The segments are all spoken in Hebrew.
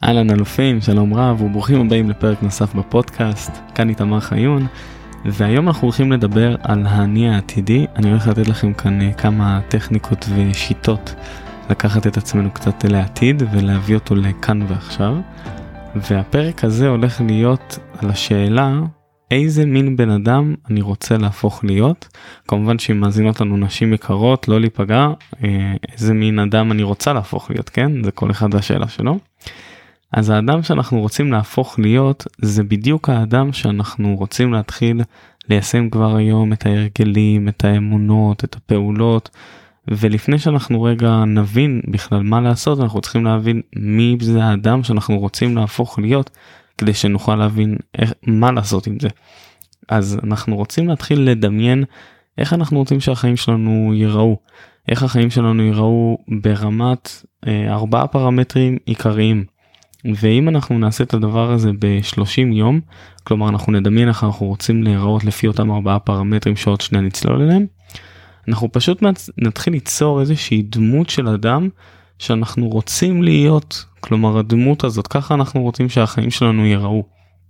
אהלן אלופים, שלום רב וברוכים הבאים לפרק נוסף בפודקאסט. כאן איתמר חיון, והיום אנחנו הולכים לדבר על האני העתידי. אני הולך לתת לכם כאן כמה טכניקות ושיטות לקחת את עצמנו קצת לעתיד ולהביא אותו לכאן ועכשיו. והפרק הזה הולך להיות על השאלה איזה מין בן אדם אני רוצה להפוך להיות. כמובן שאם מאזינות לנו נשים יקרות, לא להיפגע, איזה מין אדם אני רוצה להפוך להיות, כן? זה כל אחד והשאלה שלו. אז האדם שאנחנו רוצים להפוך להיות זה בדיוק האדם שאנחנו רוצים להתחיל ליישם כבר היום את ההרגלים, את האמונות, את הפעולות. ולפני שאנחנו רגע נבין בכלל מה לעשות, אנחנו צריכים להבין מי זה האדם שאנחנו רוצים להפוך להיות, כדי שנוכל להבין מה לעשות עם זה. אז אנחנו רוצים להתחיל לדמיין איך אנחנו רוצים שהחיים שלנו ייראו. איך החיים שלנו ייראו ברמת 4 פרמטרים עיקריים. ואם אנחנו נעשה את הדבר הזה ב-30 יום, כלומר אנחנו נדמיין איך אנחנו רוצים להיראות לפי אותם 4 פרמטרים שעוד שניה נצלול אליהם, אנחנו פשוט נתחיל ליצור איזושהי דמות של אדם שאנחנו רוצים להיות, כלומר הדמות הזאת, ככה אנחנו רוצים שהחיים שלנו ייראו.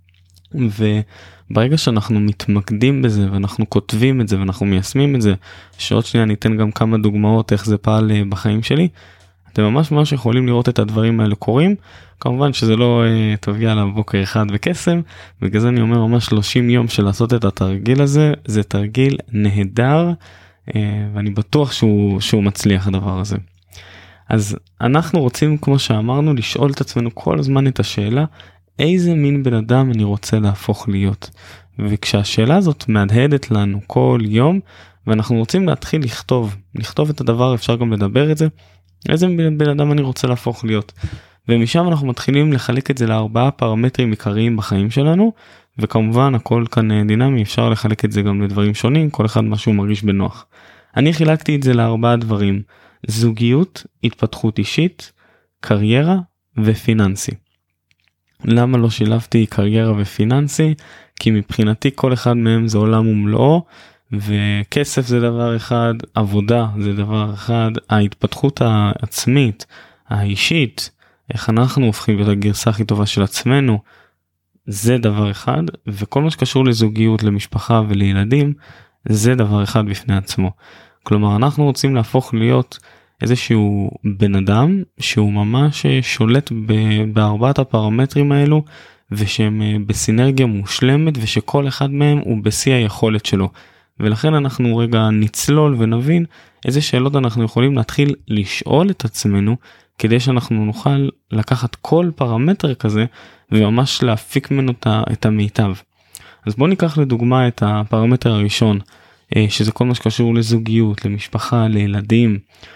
וברגע שאנחנו מתמקדים בזה ואנחנו כותבים את זה ואנחנו מיישמים את זה, שעוד שניה ניתן גם כמה דוגמאות איך זה פעל בחיים שלי, אתם ממש יכולים לראות את הדברים האלה קורים. כמובן שזה לא תביא עליו בוקר אחד וקסם, בגלל זה אני אומר ממש 30 יום של לעשות את התרגיל הזה, זה תרגיל נהדר, ואני בטוח שהוא מצליח הדבר הזה. אז אנחנו רוצים, כמו שאמרנו, לשאול את עצמנו כל הזמן את השאלה, איזה מין בן אדם אני רוצה להפוך להיות? וכשהשאלה הזאת מהדהדת לנו כל יום, ואנחנו רוצים להתחיל לכתוב את הדבר, אפשר גם לדבר את זה, איזה בן אדם אני רוצה להפוך להיות. ומשם אנחנו מתחילים לחלק את זה ל4 פרמטרים עיקריים בחיים שלנו, וכמובן הכל כאן דינמי, אפשר לחלק את זה גם לדברים שונים, כל אחד מה שהוא מרגיש בנוח. אני חילקתי את זה ל4 דברים, זוגיות, התפתחות אישית, קריירה ופיננסי. למה לא שילבתי קריירה ופיננסי? כי מבחינתי כל אחד מהם זה עולם ומלואו, וכסף זה דבר אחד, עבודה זה דבר אחד, ההתפתחות העצמית, האישית, איך אנחנו הופכים להיות הגרסה הכי טובה של עצמנו, זה דבר אחד, וכל מה שקשור לזוגיות, למשפחה ולילדים, זה דבר אחד בפני עצמו. כלומר, אנחנו רוצים להפוך להיות איזשהו בן אדם, שהוא ממש שולט ב4 הפרמטרים האלו, ושהם בסינרגיה מושלמת, ושכל אחד מהם הוא בשיא היכולת שלו. ולכן אנחנו רגע נצלול ונבין איזה שאלות אנחנו יכולים להתחיל לשאול את עצמנו, כדי שאנחנו נוכל לקחת כל פרמטר כזה, וממש להפיק ממנו את המיטב. אז בואו ניקח לדוגמה את הפרמטר הראשון, שזה כל מה שקשור לזוגיות, למשפחה, לילדים,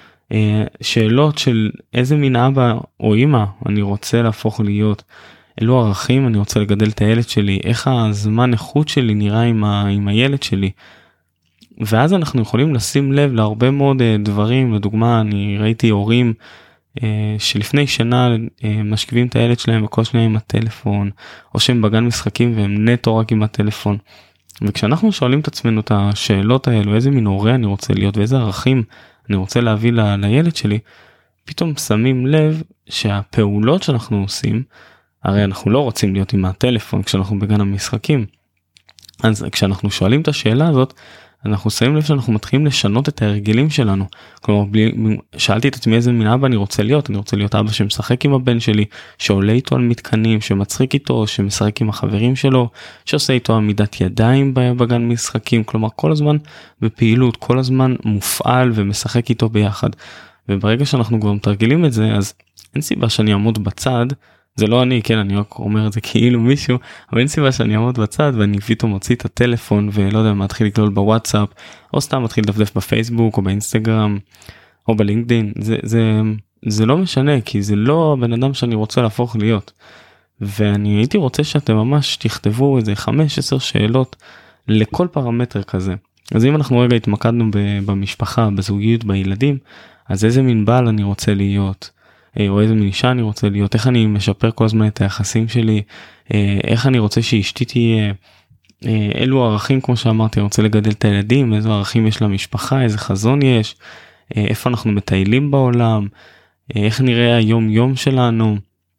שאלות של איזה מין אבא או אמא אני רוצה להפוך להיות, אילו ערכים אני רוצה לגדל את הילד שלי, איך הזמן איכות שלי נראה עם הילד שלי. ואז אנחנו יכולים לשים לב להרבה מאוד דברים. לדוגמה, אני ראיתי הורים שלפני שנה משכיבים את הילד שלהם וכל שניה עם הטלפון, או שהם בגן משחקים והם נטו רק עם הטלפון. וכשאנחנו שואלים את עצמנו את השאלות האלו, איזה מין הורה אני רוצה להיות ואיזה ערכים אני רוצה להביא לילד שלי, פתאום שמים לב שהפעולות שאנחנו עושים, הרי אנחנו לא רוצים להיות עם הטלפון כשאנחנו בגן המשחקים. אז כשאנחנו שואלים את השאלה הזאת, אנחנו שמים לב שאנחנו מתחילים לשנות את ההרגלים שלנו. כלומר, שאלתי את עצמי איזה מין אבא אני רוצה להיות. אני רוצה להיות אבא שמשחק עם הבן שלי, שעולה איתו על מתקנים, שמצחיק איתו, שמשחק עם החברים שלו, שעושה איתו עמידת ידיים בגן משחקים. כלומר, כל הזמן בפעילות, כל הזמן מופעל ומשחק איתו ביחד. וברגע שאנחנו כבר מתרגלים את זה, אז אין סיבה שאני אעמוד בצד. זה לא אני, כן, אני רק אומר את זה כאילו מישהו, אבל אין סיבה שאני אעמוד בצד ואני פתאום מוציא את הטלפון ולא יודע, מתחיל לקלול בוואטסאפ, או סתם מתחיל לדפדף בפייסבוק או באינסטגרם או בלינקדין. זה לא משנה, כי זה לא הבן אדם שאני רוצה להפוך להיות. ואני הייתי רוצה שאתם ממש תכתבו איזה 5-10 שאלות לכל פרמטר כזה. אז אם אנחנו רגע התמקדנו במשפחה, בזוגיות, בילדים, אז איזה מין בעל אני רוצה להיות? או איזה מין אישה אני רוצה להיות, איך אני משפר כל הזמן את היחסים שלי, איך אני רוצה שאשתי תהיה, אילו ערכים, כמו שאמרתי, אני רוצה לגדל את הילדים, איזה ערכים יש למשפחה, איזה חזון יש, איפה אנחנו מטיילים בעולם, איך נראה היום יום שלנו,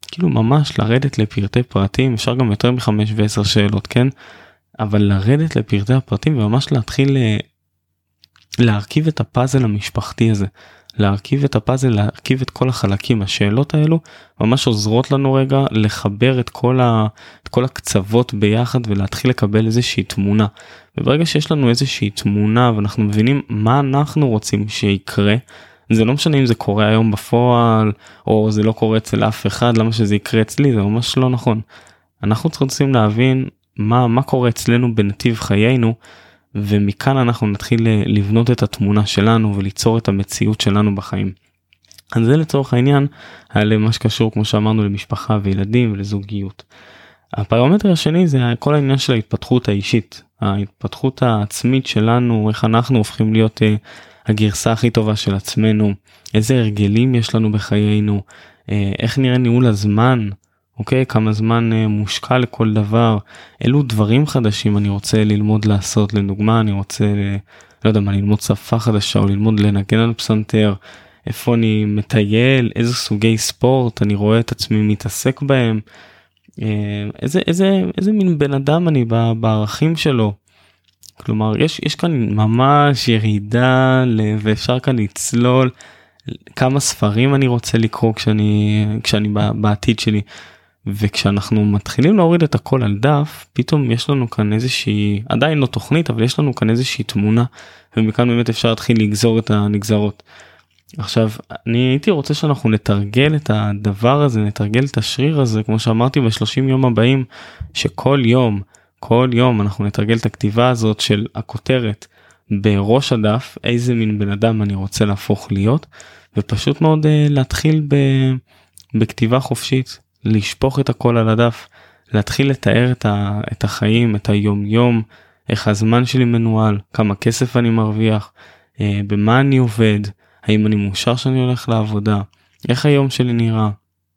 כאילו ממש לרדת לפרטי פרטים, אפשר גם יותר מ5 ו10 שאלות, כן? אבל לרדת לפרטי הפרטים וממש להתחיל להרכיב את הפאזל המשפחתי הזה, להרכיב את הפאזל, להרכיב את כל החלקים. השאלות האלו ממש עוזרות לנו רגע לחבר את כל הקצוות ביחד ולהתחיל לקבל איזושהי תמונה. וברגע שיש לנו איזושהי תמונה ואנחנו מבינים מה אנחנו רוצים שיקרה, זה לא משנה אם זה קורה היום בפועל או זה לא קורה אצל אף אחד, למה שזה יקרה אצלי, זה ממש לא נכון. אנחנו צריכים להבין מה קורה אצלנו בנתיב חיינו, ומכאן אנחנו נתחיל לבנות את התמונה שלנו וליצור את המציאות שלנו בחיים. אז זה לצורך העניין, היה מה שקשור כמו שאמרנו למשפחה וילדים ולזוגיות. הפרמטר השני זה כל העניין של ההתפתחות האישית, ההתפתחות העצמית שלנו, איך אנחנו הופכים להיות הגרסה הכי טובה של עצמנו, איזה הרגלים יש לנו בחיינו, איך נראה ניהול הזמן, אוקיי, כמה זמן מושקע לכל דבר, אילו דברים חדשים אני רוצה ללמוד לעשות. לדוגמה, אני רוצה, לא יודע מה, ללמוד שפה חדשה או ללמוד לנגן על פסנתר, איפה אני מטייל, איזה סוגי ספורט אני רואה את עצמי מתעסק בהם, איזה מין בן אדם אני בערכים שלו. כלומר, יש כאן ממש ירידה ואפשר כאן לצלול כמה ספרים אני רוצה לקרוא כשאני בעתיד שלי. וכשאנחנו מתחילים להוריד את הכל על דף, פתאום יש לנו כאן איזושהי, עדיין לא תוכנית, אבל יש לנו כאן איזושהי תמונה, ומכאן באמת אפשר להתחיל לגזור את הנגזרות. עכשיו, אני הייתי רוצה שאנחנו נתרגל את הדבר הזה, נתרגל את השריר הזה, כמו שאמרתי ב30 יום הבאים, שכל יום אנחנו נתרגל את הכתיבה הזאת של הכותרת בראש הדף, איזה מין בן אדם אני רוצה להפוך להיות, ופשוט מאוד להתחיל בכתיבה חופשית, לשפוך את הכל על הדף, להתחיל לתאר את החיים, את היום יום, איך הזמן שלי מנוהל, כמה כסף אני מרוויח, במה אני עובד, האם אני מאושר שאני הולך לעבודה, איך היום שלי נראה.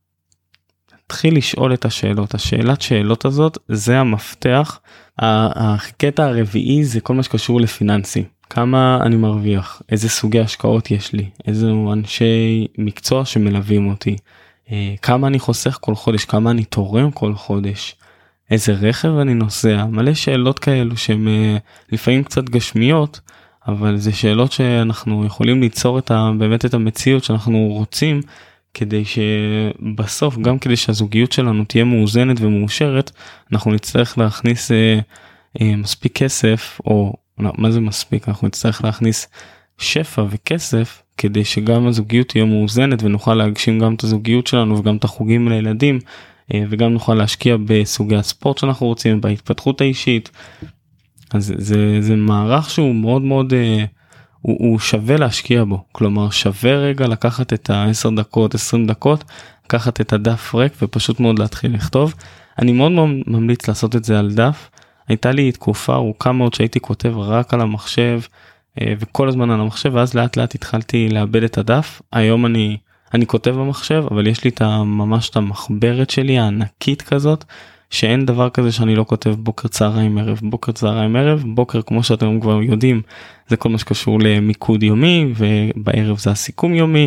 תתחיל לשאול את השאלות, השאלת שאלות הזאת זה המפתח. הקטע הרביעי זה כל מה שקשור לפיננסי, כמה אני מרוויח, איזה סוגי השקעות יש לי, איזה אנשי מקצוע שמלווים אותי, כמה אני חוסך כל חודש, כמה אני תורם כל חודש, איזה רכב אני נוסע, מלא שאלות כאלו שהן לפעמים קצת גשמיות, אבל זה שאלות שאנחנו יכולים ליצור באמת את המציאות שאנחנו רוצים, כדי שבסוף, גם כדי שהזוגיות שלנו תהיה מאוזנת ומאושרת, אנחנו נצטרך להכניס מספיק כסף, או מה זה מספיק? אנחנו נצטרך להכניס שפע וכסף, כדי שגם הזוגיות תהיה מאוזנת ונוכל להגשים גם את הזוגיות שלנו וגם את החוגים לילדים, וגם נוכל להשקיע בסוגי הספורט שאנחנו רוצים, בהתפתחות האישית. אז זה מערך שהוא מאוד מאוד, הוא שווה להשקיע בו. כלומר, שווה רגע לקחת את 10 דקות, 20 דקות, לקחת את הדף ריק ופשוט מאוד להתחיל לכתוב. אני מאוד מאוד ממליץ לעשות את זה על דף. הייתה לי תקופה ארוכה מאוד שהייתי כותב רק על המחשב, וכל הזמן על המחשב, ואז לאט לאט התחלתי לאבד את הדף. היום אני כותב במחשב, אבל יש לי ממש את המחברת שלי הענקית כזאת, שאין דבר כזה שאני לא כותב בוקר צהריים ערב, בוקר צהריים ערב, בוקר כמו שאתם כבר יודעים, זה כל מה שקשור למיקוד יומי, ובערב זה הסיכום יומי,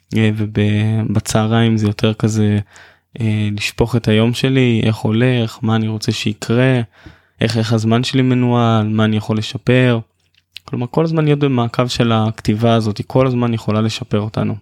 ובצהריים זה יותר כזה לשפוך את היום שלי, איך הולך, מה אני רוצה שיקרה, איך הזמן שלי מנוהל, מה אני יכול לשפר. כלומר, כל הזמן להיות במעקב של הכתיבה הזאת, היא כל הזמן יכולה לשפר אותנו.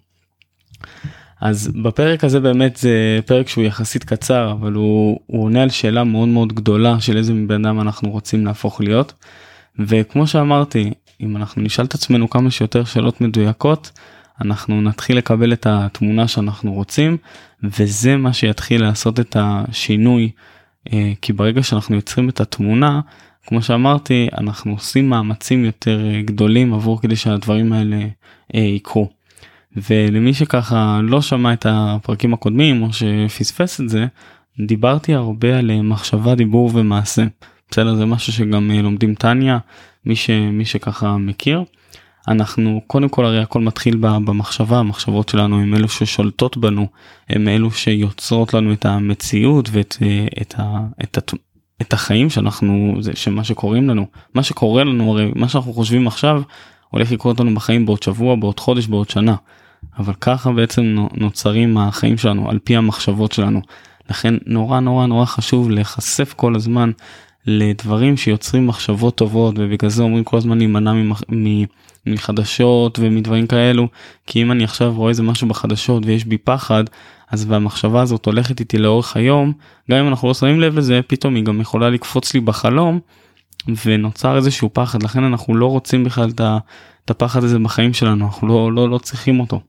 אז בפרק הזה באמת זה פרק שהוא יחסית קצר, אבל הוא עונה על שאלה מאוד מאוד גדולה של איזה בן אדם אנחנו רוצים להפוך להיות. וכמו שאמרתי, אם אנחנו נשאל את עצמנו כמה שיותר שאלות מדויקות, אנחנו נתחיל לקבל את התמונה שאנחנו רוצים, וזה מה שיתחיל לעשות את השינוי, כי ברגע שאנחנו יוצרים את התמונה, כמו שאמרתי, אנחנו עושים מאמצים יותר גדולים עבור כדי שהדברים האלה יקרו. ולמי שככה לא שמע את הפרקים הקודמים או שפספס את זה, דיברתי הרבה על מחשבה, דיבור ומעשה. בסדר, זה משהו שגם לומדים טניה, מי שככה מכיר. אנחנו קודם כל הרי הכל מתחיל במחשבה, המחשבות שלנו הם אלו ששולטות בנו, הם אלו שיוצרות לנו את המציאות ואת החיים שאנחנו, שמה שקוראים לנו, מה שקורה לנו, הרי מה שאנחנו חושבים עכשיו, הולך לקרות לנו בחיים בעוד שבוע, בעוד חודש, בעוד שנה. אבל ככה בעצם נוצרים החיים שלנו, על פי המחשבות שלנו. לכן נורא נורא נורא חשוב להיחשף כל הזמן לדברים שיוצרים מחשבות טובות, ובגלל זה אומרים כל הזמן להימנע מחדשות ומדברים כאלו, כי אם אני עכשיו רואה איזה משהו בחדשות ויש בי פחד, אז והמחשבה הזאת הולכת איתי לאורך היום, גם אם אנחנו לא שמים לב לזה, פתאום היא גם יכולה לקפוץ לי בחלום, ונוצר איזשהו פחד. לכן אנחנו לא רוצים בכלל את הפחד הזה בחיים שלנו, אנחנו לא צריכים אותו.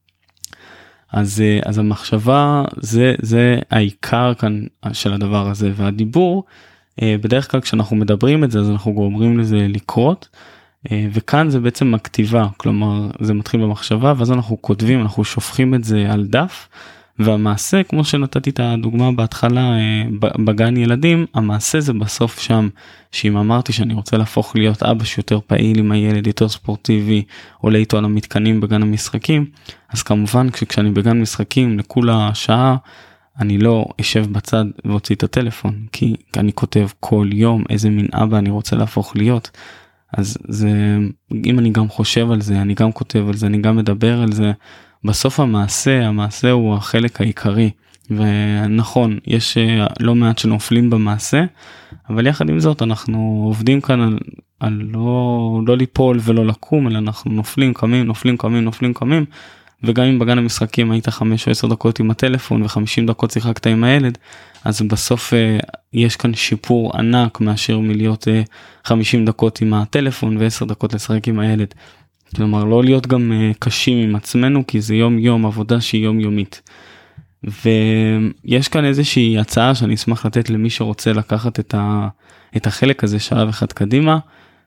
אז המחשבה זה העיקר כאן של הדבר הזה, והדיבור, בדרך כלל כשאנחנו מדברים את זה, אז אנחנו גורמים לזה לקרות, וכאן זה בעצם הכתיבה, כלומר זה מתחיל במחשבה, ואז אנחנו כותבים, אנחנו שופכים את זה על דף, והמעשה, כמו שנתתי את הדוגמה בהתחלה בגן ילדים, המעשה זה בסוף שם, שאם אמרתי שאני רוצה להפוך להיות אבא שיותר פעיל עם הילד, יותר ספורטיבי, עולה איתו על המתקנים בגן המשחקים, אז כמובן כשאני בגן משחקים לכולה שעה, אני לא אשב בצד והוציא את הטלפון, כי אני כותב כל יום איזה מין אבא אני רוצה להפוך להיות. אז זה, אם אני גם חושב על זה, אני גם כותב על זה, אני גם מדבר על זה, בסוף המעשה הוא החלק העיקרי. ונכון, יש לא מעט שנופלים במעשה, אבל יחד עם זאת אנחנו עובדים כאן על לא ליפול ולא לקום, אלא אנחנו נופלים, קמים, וגם אם בגן המשחקים היית 5 או 10 דקות עם הטלפון ו50 דקות שיחקת עם הילד, אז בסוף יש כאן שיפור ענק מאשר מלהיות 50 דקות עם הטלפון ו10 דקות לשחק עם הילד. כלומר לא להיות גם קשים עם עצמנו, כי זה יום עבודה שהיא יומיומית. ויש כאן איזושהי הצעה שאני אשמח לתת למי שרוצה לקחת את החלק הזה שלב אחד קדימה.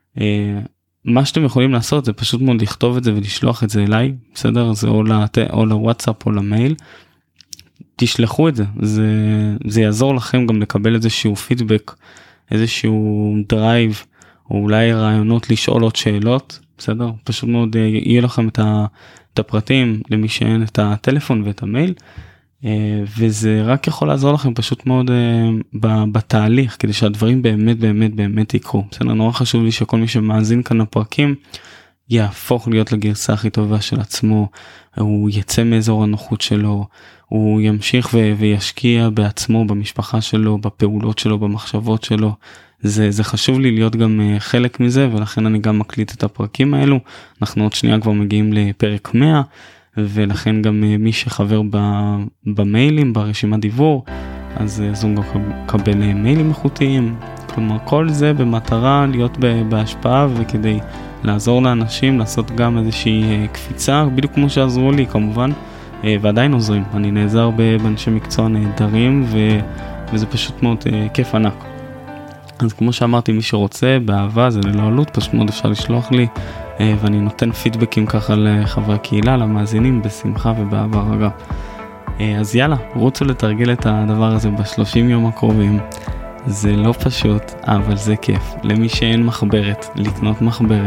מה שאתם יכולים לעשות זה פשוט מאוד לכתוב את זה ולשלוח את זה אליי, בסדר? זה או לוואטסאפ או למייל. תשלחו את זה, זה יעזור לכם גם לקבל איזשהו פידבק, איזשהו דרייב, או אולי רעיונות לשאול עוד שאלות, בסדר? פשוט מאוד יהיה לכם את הפרטים למי שאין את הטלפון ואת המייל, וזה רק יכול לעזור לכם פשוט מאוד בתהליך, כדי שהדברים באמת יקרו. בסדר, נורא חשוב לי שכל מי שמאזין כאן לפרקים, יהפוך להיות לגרסה הכי טובה של עצמו, הוא יצא מאזור הנוחות שלו, הוא ימשיך וישקיע בעצמו, במשפחה שלו, בפעולות שלו, במחשבות שלו. זה חשוב לי להיות גם חלק מזה, ולכן אני גם מקליט את הפרקים האלו. אנחנו עוד שנייה כבר מגיעים לפרק 100, ולכן גם מי שחבר במיילים, ברשימת דיבור, אז זו גם קבל מיילים איכותיים. כלומר, כל זה במטרה להיות בהשפעה, וכדי לעזור לאנשים לעשות גם איזושהי קפיצה, בדיוק כמו שעזרו לי כמובן, ועדיין עוזרים. אני נעזר באנשי מקצוע נהדרים, וזה פשוט מאוד כיף ענק. אז כמו שאמרתי, מי שרוצה, באהבה, זה ללא עלות, פשוט מאוד אפשר לשלוח לי, ואני נותן פידבקים ככה לחברי הקהילה, למאזינים, בשמחה ובאהבה רגע. אז יאללה, רוצו לתרגל את הדבר הזה ב30 יום הקרובים. זה לא פשוט, אבל זה כיף. למי שאין מחברת, לקנות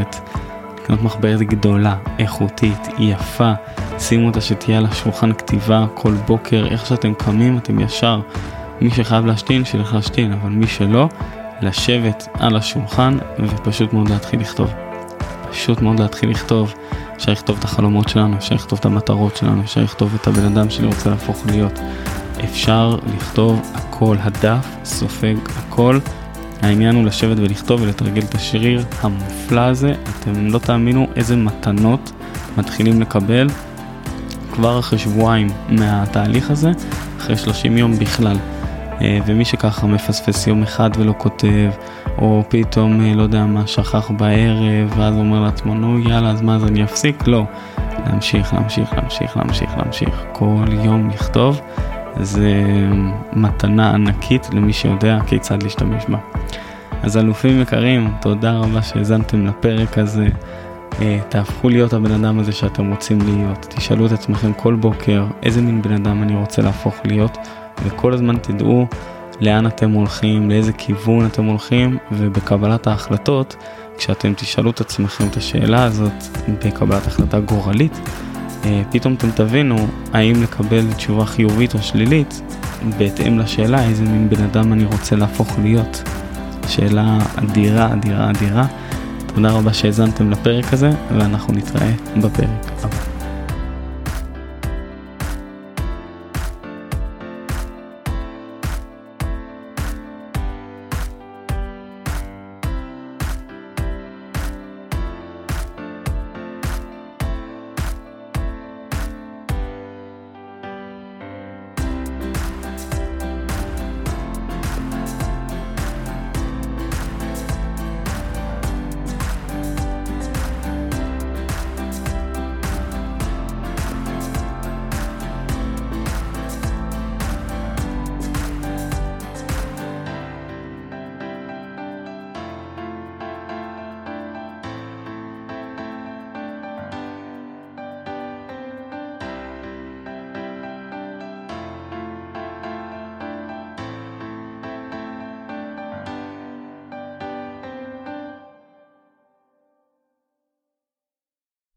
מחברת גדולה, איכותית, יפה, שימו אותה שתהיה על השולחן כתיבה כל בוקר, איך שאתם קמים, אתם ישר. מי שחייב להשתין, שילך להשתין, אבל מי שלא, לשבת על השולחן ופשוט מאוד להתחיל לכתוב. אפשר לכתוב את החלומות שלנו, אפשר לכתוב את המטרות שלנו, אפשר לכתוב את הבן אדם שאני רוצה להפוך להיות. אפשר לכתוב הכל, הדף סופג הכל. העניין הוא לשבת ולכתוב ולתרגל את השריר המופלא הזה. אתם לא תאמינו איזה מתנות מתחילים לקבל כבר אחרי שבועיים מהתהליך הזה, אחרי 30 יום בכלל. ומי שככה מפספס יום אחד ולא כותב, או פתאום לא יודע מה, שכח בערב, ואז אומר לעצמו, נו יאללה, אז מה, אז אני אפסיק? לא, להמשיך, כל יום לכתוב. זה מתנה ענקית למי שיודע כיצד להשתמש בה. אז אלופים יקרים, תודה רבה שהזנתם לפרק הזה. תהפכו להיות הבן אדם הזה שאתם רוצים להיות. תשאלו את עצמכם כל בוקר איזה מין בן אדם אני רוצה להפוך להיות, וכל הזמן תדעו לאן אתם הולכים, לאיזה כיוון אתם הולכים, ובקבלת ההחלטות, כשאתם תשאלו את עצמכם את השאלה הזאת בקבלת החלטה גורלית, פתאום אתם תבינו האם לקבל תשובה חיובית או שלילית בהתאם לשאלה איזה מין בן אדם אני רוצה להפוך להיות. שאלה אדירה. תודה רבה שהזנתם לפרק הזה, ואנחנו נתראה בפרק הבא.